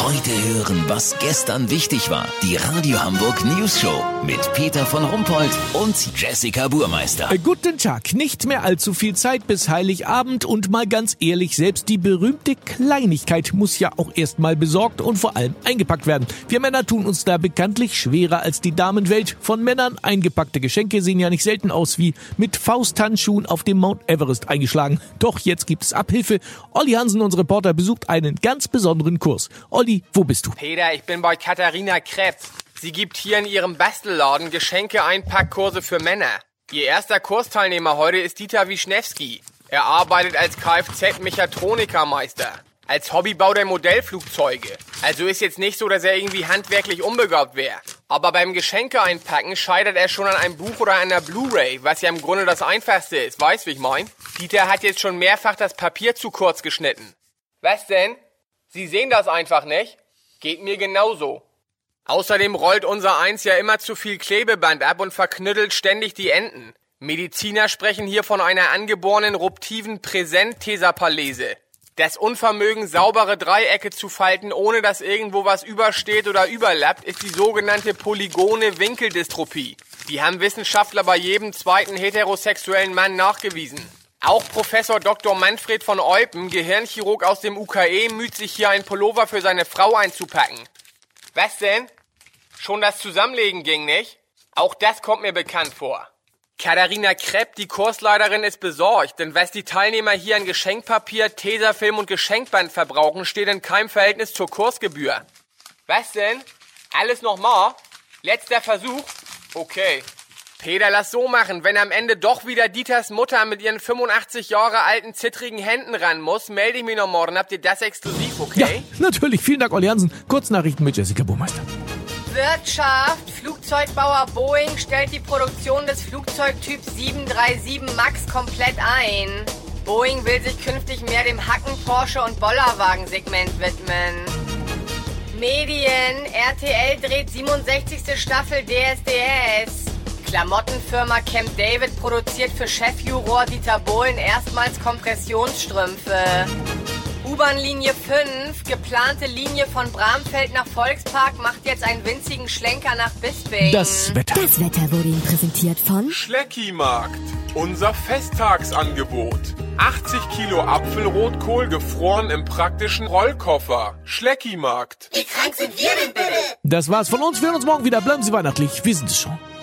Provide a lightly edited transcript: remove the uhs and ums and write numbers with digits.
Heute hören, was gestern wichtig war. Die Radio Hamburg News Show mit Peter von Rumpold und Jessica Burmeister. Guten Tag. Nicht mehr allzu viel Zeit bis Heiligabend und mal ganz ehrlich, selbst die berühmte Kleinigkeit muss ja auch erstmal besorgt und vor allem eingepackt werden. Wir Männer tun uns da bekanntlich schwerer als die Damenwelt. Von Männern eingepackte Geschenke sehen ja nicht selten aus wie mit Fausthandschuhen auf dem Mount Everest eingeschlagen. Doch jetzt gibt es Abhilfe. Olli Hansen, unser Reporter, besucht einen ganz besonderen Kurs. Olli, wo bist du? Peter, ich bin bei Katharina Krepp. Sie gibt hier in ihrem Bastelladen Geschenke-Einpackkurse für Männer. Ihr erster Kursteilnehmer heute ist Dieter Wischnewski. Er arbeitet als Kfz-Mechatronikermeister. Als Hobby baut er Modellflugzeuge. Also ist jetzt nicht so, dass er irgendwie handwerklich unbegabt wäre. Aber beim Geschenke einpacken scheitert er schon an einem Buch oder einer Blu-ray, was ja im Grunde das Einfachste ist. Weißt, wie ich mein? Dieter hat jetzt schon mehrfach das Papier zu kurz geschnitten. Was denn? Sie sehen das einfach nicht? Geht mir genauso. Außerdem rollt unser Eins ja immer zu viel Klebeband ab und verknüttelt ständig die Enden. Mediziner sprechen hier von einer angeborenen ruptiven Präsenttheserparese. Das Unvermögen, saubere Dreiecke zu falten, ohne dass irgendwo was übersteht oder überlappt, ist die sogenannte polygone Winkeldystrophie. Die haben Wissenschaftler bei jedem zweiten heterosexuellen Mann nachgewiesen. Auch Professor Dr. Manfred von Eupen, Gehirnchirurg aus dem UKE, müht sich hier ein Pullover für seine Frau einzupacken. Was denn? Schon das Zusammenlegen ging nicht? Auch das kommt mir bekannt vor. Katharina Krepp, die Kursleiterin, ist besorgt, denn was die Teilnehmer hier an Geschenkpapier, Tesafilm und Geschenkband verbrauchen, steht in keinem Verhältnis zur Kursgebühr. Was denn? Alles nochmal? Letzter Versuch? Okay. Peter, lass so machen. Wenn am Ende doch wieder Dieters Mutter mit ihren 85 Jahre alten, zittrigen Händen ran muss, melde ich mich noch morgen. Habt ihr das exklusiv, okay? Ja, natürlich. Vielen Dank, Olli Hansen. Kurznachrichten mit Jessica Burmeister. Wirtschaft. Flugzeugbauer Boeing stellt die Produktion des Flugzeugtyps 737 MAX komplett ein. Boeing will sich künftig mehr dem Hacken-Porsche- und Bollerwagen-Segment widmen. Medien. RTL dreht 67. Staffel DSDS. Klamottenfirma Camp David produziert für Chefjuror Dieter Bohlen erstmals Kompressionsstrümpfe. U-Bahn-Linie 5, geplante Linie von Bramfeld nach Volkspark, macht jetzt einen winzigen Schlenker nach Bisping. Das Wetter. Das Wetter wurde Ihnen präsentiert von Schleckimarkt, unser Festtagsangebot. 80 Kilo Apfelrotkohl gefroren im praktischen Rollkoffer. Schleckimarkt. Wie krank sind wir denn bitte? Das war's von uns. Wir hören uns morgen wieder. Bleiben Sie weihnachtlich. Wir sind es schon.